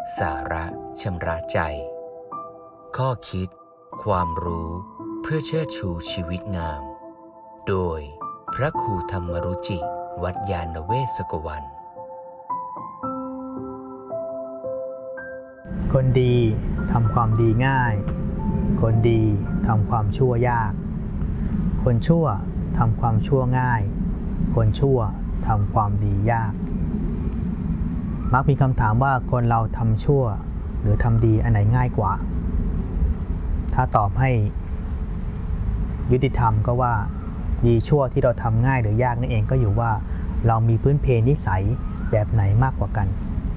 สาระชำระใจข้อคิดความรู้เพื่อเชิดชูชีวิตงามโดยพระครูธรรมรุจิ วัดยานเวศกวันคนดีทำความดีง่ายคนดีทำความชั่วยากคนชั่วทำความชั่วง่ายคนชั่วทำความดียากมักมีคำถามว่าคนเราทำชั่วหรือทำดีอันไหนง่ายกว่าถ้าตอบให้ยุติธรรมก็ว่าดีชั่วที่เราทำง่ายหรือยากนั่นเองก็อยู่ว่าเรามีพื้นเพนิสัยแบบไหนมากกว่ากัน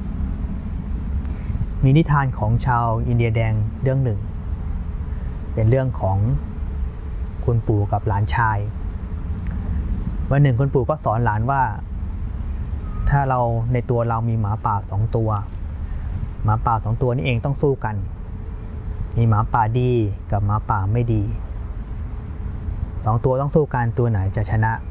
มีนิทานของชาวอินเดียแดงเรื่องหนึ่งเป็นเรื่องของคุณปู่กับหลานชายวันหนึ่งคุณปู่ก็สอนหลานว่าถ้าเราในตัวเรามีหมาป่า2ตัวหมาป่า2ตัวนี้เองต้องสู้กันมีหมาป่าดีกับหมาป่าไม่ดี2ตัวต้องสู้กันตัวไหนจะชนะ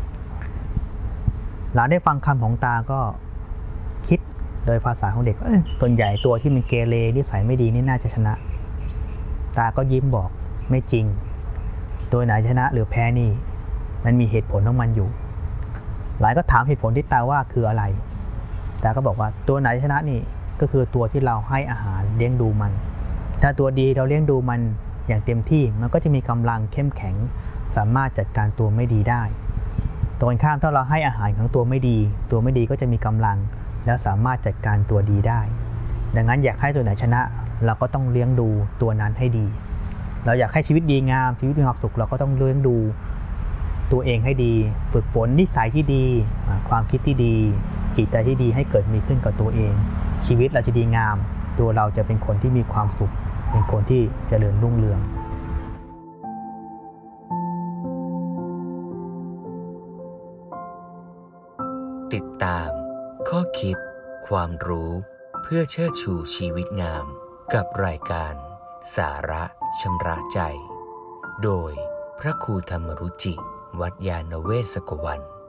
หลานได้ฟังคำของตาก็คิดโดยภาษาของเด็กส่วนใหญ่ตัวที่มันเกเรนิสัยไม่ดีนี่น่าจะชนะตาก็ยิ้มบอกไม่จริงตัวไหนชนะหรือแพ้นี่มันมีเหตุผลของมันอยู่หลานก็ถามเหตุผลที่ตาว่าคืออะไรตาก็บอกว่าตัวไหนชนะนี่ก็คือตัวที่เราให้อาหารเลี้ยงดูมันถ้าตัวดีเราเลี้ยงดูมันอย่างเต็มที่มันก็จะมีกำลังเข้มแข็งสามารถจัดการตัวไม่ดีได้ตรงกันข้ามถ้าเราให้อาหารของตัวไม่ดีตัวไม่ดีก็จะมีกำลังแล้วสามารถจัดการตัวดีได้ดังนั้นอยากให้ตัวไหนชนะเราก็ต้องเลี้ยงดูตัวนั้นให้ดีเราอยากให้ชีวิตดีงามชีวิตมีความสุขเราก็ต้องเลี้ยงดูตัวเองให้ดีฝึกฝนนิสัยที่ดีความคิดที่ดีจิตใจที่ดีให้เกิดมีขึ้นกับตัวเองชีวิตเราจะดีงามตัวเราจะเป็นคนที่มีความสุขเป็นคนที่เจริญรุ่งเรืองติดตามข้อคิดความรู้เพื่อเชิดชูชีวิตงามกับรายการสาระชำระใจโดยพระครูธรรมรุจิ วัดยานเวศกวัน